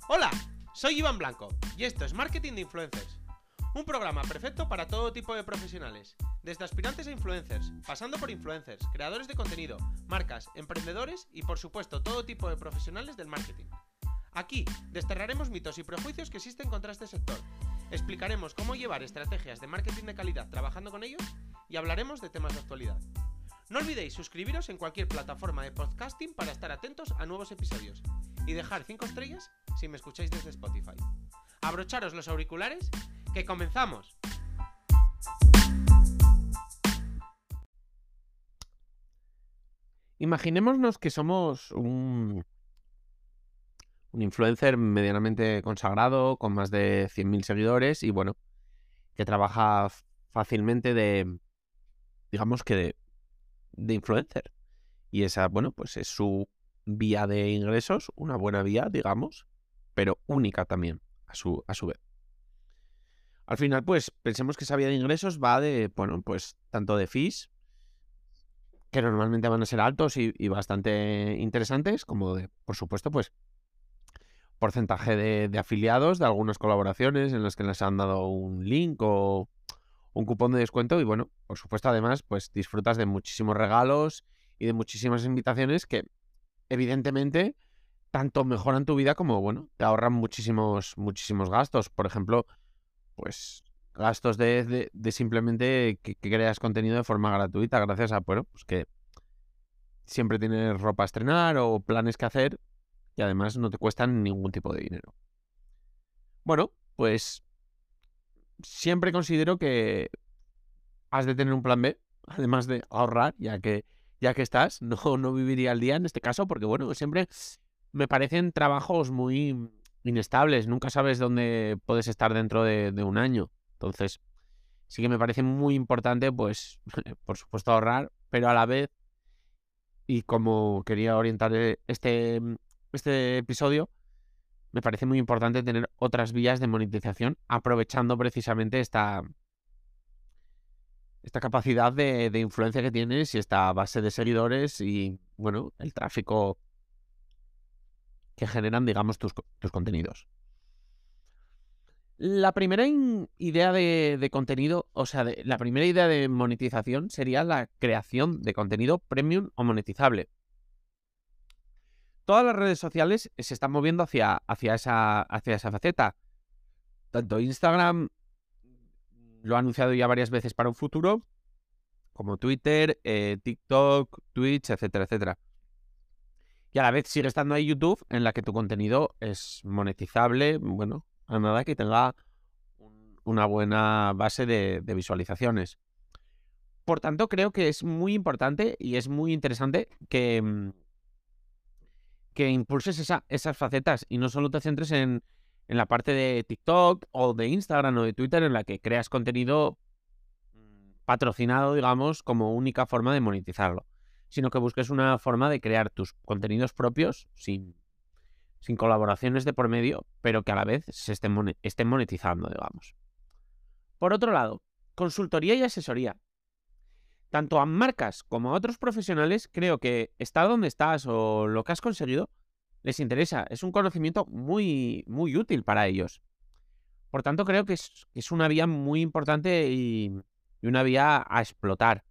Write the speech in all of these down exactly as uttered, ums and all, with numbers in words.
Hola, soy Iván Blanco y esto es Marketing de Influencers. Un programa perfecto para todo tipo de profesionales, desde aspirantes a influencers, pasando por influencers, creadores de contenido, marcas, emprendedores y por supuesto todo tipo de profesionales del marketing. Aquí desterraremos mitos y prejuicios que existen contra este sector, explicaremos cómo llevar estrategias de marketing de calidad trabajando con ellos y hablaremos de temas de actualidad. No olvidéis suscribiros en cualquier plataforma de podcasting para estar atentos a nuevos episodios y dejar cinco estrellas si me escucháis desde Spotify. Abrocharos los auriculares, que comenzamos. Imaginémonos que somos un, un influencer medianamente consagrado, con más de cien mil seguidores y bueno, que trabaja fácilmente de, digamos que de, de influencer. Y esa, bueno, pues es su vía de ingresos, una buena vía, digamos, pero única también, a su, a su vez. Al final, pues, pensemos que esa vía de ingresos va de, bueno, pues, tanto de fees, que normalmente van a ser altos y, y bastante interesantes, como de, por supuesto, pues, porcentaje de, de afiliados de algunas colaboraciones en las que les han dado un link o un cupón de descuento y, bueno, por supuesto, además, pues, disfrutas de muchísimos regalos y de muchísimas invitaciones que, evidentemente, tanto mejoran tu vida como, bueno, te ahorran muchísimos, muchísimos gastos. Por ejemplo, pues gastos de, de, de simplemente que, que creas contenido de forma gratuita gracias a, bueno, pues que siempre tienes ropa a estrenar o planes que hacer y además no te cuestan ningún tipo de dinero. Bueno, pues siempre considero que has de tener un plan B, además de ahorrar, ya que, ya que estás, no, no viviría al día en este caso, porque bueno, siempre me parecen trabajos muy inestables, nunca sabes dónde puedes estar dentro de, de un año. Entonces, sí que me parece muy importante, pues, por supuesto, ahorrar, pero a la vez, y como quería orientar este, este episodio, me parece muy importante tener otras vías de monetización, aprovechando precisamente esta, esta capacidad de, de influencia que tienes y esta base de seguidores y, bueno, el tráfico que generan, digamos, tus, tus contenidos. La primera in- idea de, de contenido, o sea, de, la primera idea de monetización sería la creación de contenido premium o monetizable. Todas las redes sociales se están moviendo hacia, hacia, esa, hacia esa faceta. Tanto Instagram lo ha anunciado ya varias veces para un futuro, como Twitter, eh, TikTok, Twitch, etcétera, etcétera. Y a la vez sigue estando ahí YouTube, en la que tu contenido es monetizable, bueno, a nada que tenga un- una buena base de, de visualizaciones. Por tanto, creo que es muy importante y es muy interesante que, mm, que impulses esa- esas facetas y no solo te centres en, en la parte de TikTok o de Instagram o de Twitter en la que creas contenido mm, patrocinado, digamos, como única forma de monetizarlo, sino que busques una forma de crear tus contenidos propios sin, sin colaboraciones de por medio, pero que a la vez se estén, mone- estén monetizando, digamos. Por otro lado, consultoría y asesoría. Tanto a marcas como a otros profesionales, creo que estar donde estás o lo que has conseguido les interesa. Es un conocimiento muy, muy útil para ellos. Por tanto, creo que es, que es una vía muy importante y, y una vía a explotar.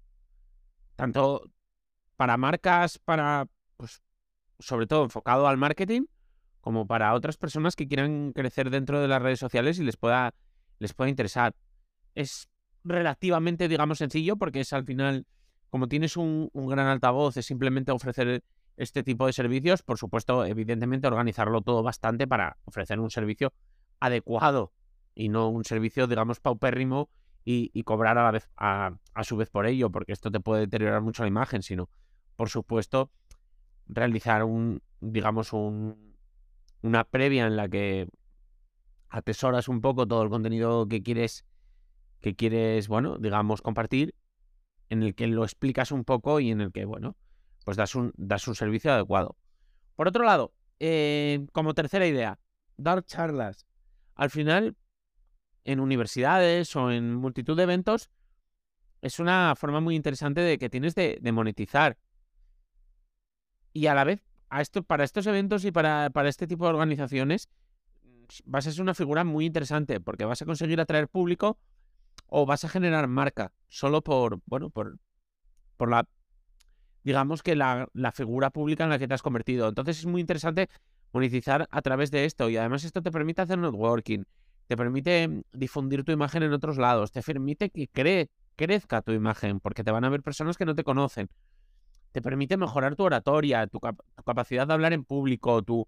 Tanto para marcas, para, pues, sobre todo enfocado al marketing, como para otras personas que quieran crecer dentro de las redes sociales y les pueda, les pueda interesar. Es relativamente, digamos, sencillo porque es al final, como tienes un, un gran altavoz, es simplemente ofrecer este tipo de servicios. Por supuesto, evidentemente, organizarlo todo bastante para ofrecer un servicio adecuado y no un servicio, digamos, paupérrimo y, y cobrar a la vez, a, a su vez por ello, porque esto te puede deteriorar mucho la imagen, sino, por supuesto, realizar un, digamos, un, una previa en la que atesoras un poco todo el contenido que quieres, que quieres, bueno, digamos, compartir, en el que lo explicas un poco y en el que, bueno, pues das un, das un servicio adecuado. Por otro lado, eh, como tercera idea, dar charlas. Al final, en universidades o en multitud de eventos, es una forma muy interesante de que tienes de, de monetizar. Y a la vez a esto, para estos eventos y para, para este tipo de organizaciones vas a ser una figura muy interesante porque vas a conseguir atraer público o vas a generar marca solo por, bueno, por, por la, digamos que la, la figura pública en la que te has convertido. Entonces es muy interesante monetizar a través de esto y además esto te permite hacer networking, te permite mm, difundir tu imagen en otros lados, te permite que cree, crezca tu imagen porque te van a ver personas que no te conocen, te permite mejorar tu oratoria, tu, cap- tu capacidad de hablar en público, tu,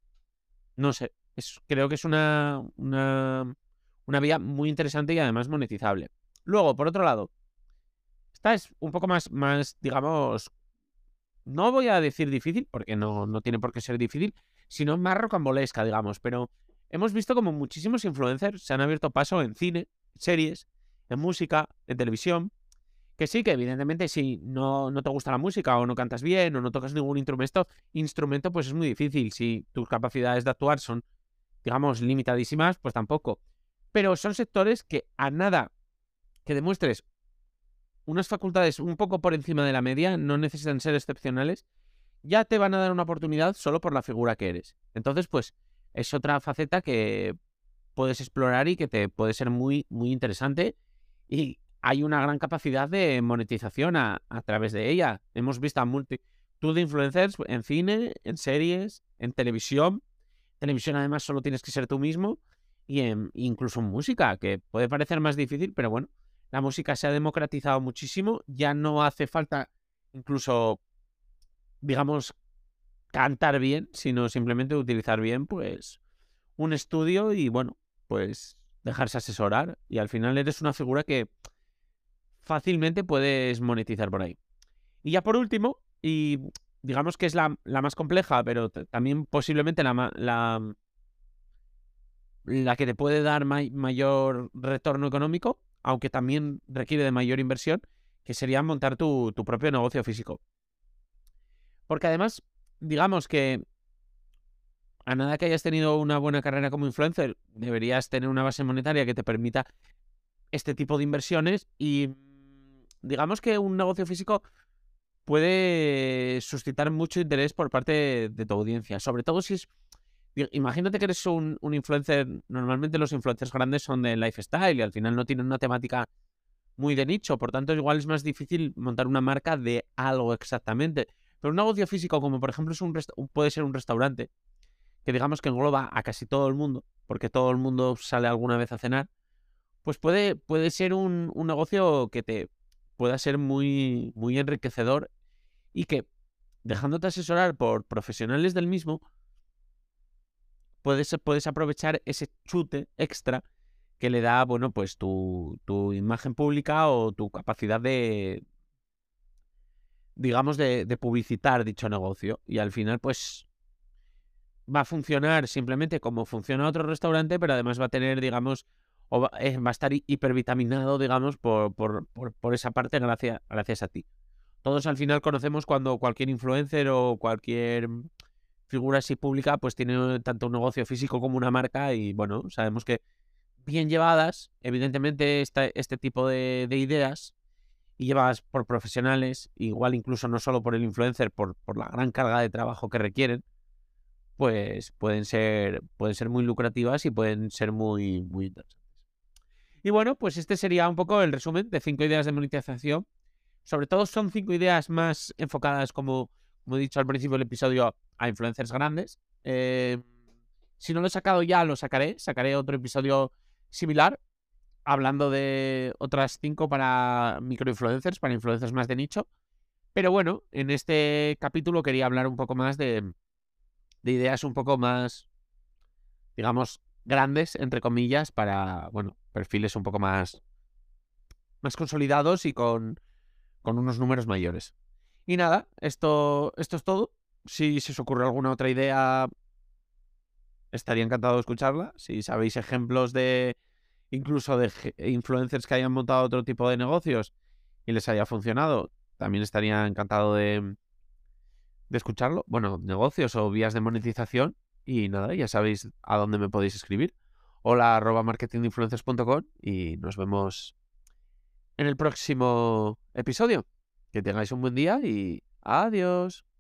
no sé, es, creo que es una, una, una vía muy interesante y además monetizable. Luego, por otro lado, esta es un poco más, más, digamos, no voy a decir difícil, porque no, no tiene por qué ser difícil, sino más rocambolesca, digamos. Pero hemos visto como muchísimos influencers se han abierto paso en cine, series, en música, en televisión. Que sí, que evidentemente si no, no te gusta la música o no cantas bien o no tocas ningún instrumento, instrumento, pues es muy difícil. Si tus capacidades de actuar son, digamos, limitadísimas, pues tampoco. Pero son sectores que a nada que demuestres unas facultades un poco por encima de la media, no necesitan ser excepcionales, ya te van a dar una oportunidad solo por la figura que eres. Entonces, pues, es otra faceta que puedes explorar y que te puede ser muy, muy interesante. Y hay una gran capacidad de monetización a, a través de ella. Hemos visto a multitud de influencers en cine, en series, en televisión. Televisión, además, solo tienes que ser tú mismo. Y en, incluso en música, que puede parecer más difícil, pero bueno, la música se ha democratizado muchísimo. Ya no hace falta incluso, digamos, cantar bien, sino simplemente utilizar bien, pues, un estudio y, bueno, pues dejarse asesorar. Y al final eres una figura que fácilmente puedes monetizar por ahí. Y ya por último, y digamos que es la, la más compleja, pero t- también posiblemente la, ma- la, la que te puede dar may- mayor retorno económico, aunque también requiere de mayor inversión, que sería montar tu, tu propio negocio físico. Porque además, digamos que a nada que hayas tenido una buena carrera como influencer, deberías tener una base monetaria que te permita este tipo de inversiones y mm, digamos que un negocio físico puede suscitar mucho interés por parte de, de tu audiencia, sobre todo si es, di- imagínate que eres un, un influencer, normalmente los influencers grandes son de lifestyle y al final no tienen una temática muy de nicho, por tanto igual es más difícil montar una marca de algo exactamente. Pero un negocio físico como por ejemplo es un resta- puede ser un restaurante, que digamos que engloba a casi todo el mundo, porque todo el mundo sale alguna vez a cenar, pues puede, puede ser un, un negocio que te pueda ser muy, muy enriquecedor y que, dejándote asesorar por profesionales del mismo, puedes, puedes aprovechar ese chute extra que le da, bueno, pues tu, tu imagen pública o tu capacidad de, digamos, de, de publicitar dicho negocio. Y al final, pues, va a funcionar simplemente como funciona otro restaurante, pero además va a tener, digamos, o va, eh, va a estar hi- hipervitaminado, digamos, por, por, por, por esa parte gracias, gracias a ti. Todos al final conocemos cuando cualquier influencer o cualquier figura así pública pues tiene tanto un negocio físico como una marca y bueno, sabemos que bien llevadas, evidentemente esta- este tipo de, de ideas y llevadas por profesionales, igual incluso no solo por el influencer, por, por la gran carga de trabajo que requieren, pues pueden ser, pueden ser muy lucrativas y pueden ser muy, muy interesantes. Y bueno, pues este sería un poco el resumen de cinco ideas de monetización. Sobre todo son cinco ideas más enfocadas, como, como he dicho al principio del episodio, a influencers grandes. Eh, si no lo he sacado ya, lo sacaré. Sacaré otro episodio similar, hablando de otras cinco para microinfluencers, para influencers más de nicho. Pero bueno, en este capítulo quería hablar un poco más de, de ideas un poco más, digamos, grandes, entre comillas, para, bueno, perfiles un poco más, más consolidados y con, con unos números mayores. Y nada, esto, esto es todo. Si se os ocurre alguna otra idea, estaría encantado de escucharla. Si sabéis ejemplos de incluso de ge- influencers que hayan montado otro tipo de negocios y les haya funcionado, también estaría encantado de, de escucharlo. Bueno, negocios o vías de monetización. Y nada, ya sabéis a dónde me podéis escribir. Hola arroba marketinginfluencers punto com y nos vemos en el próximo episodio. Que tengáis un buen día y adiós.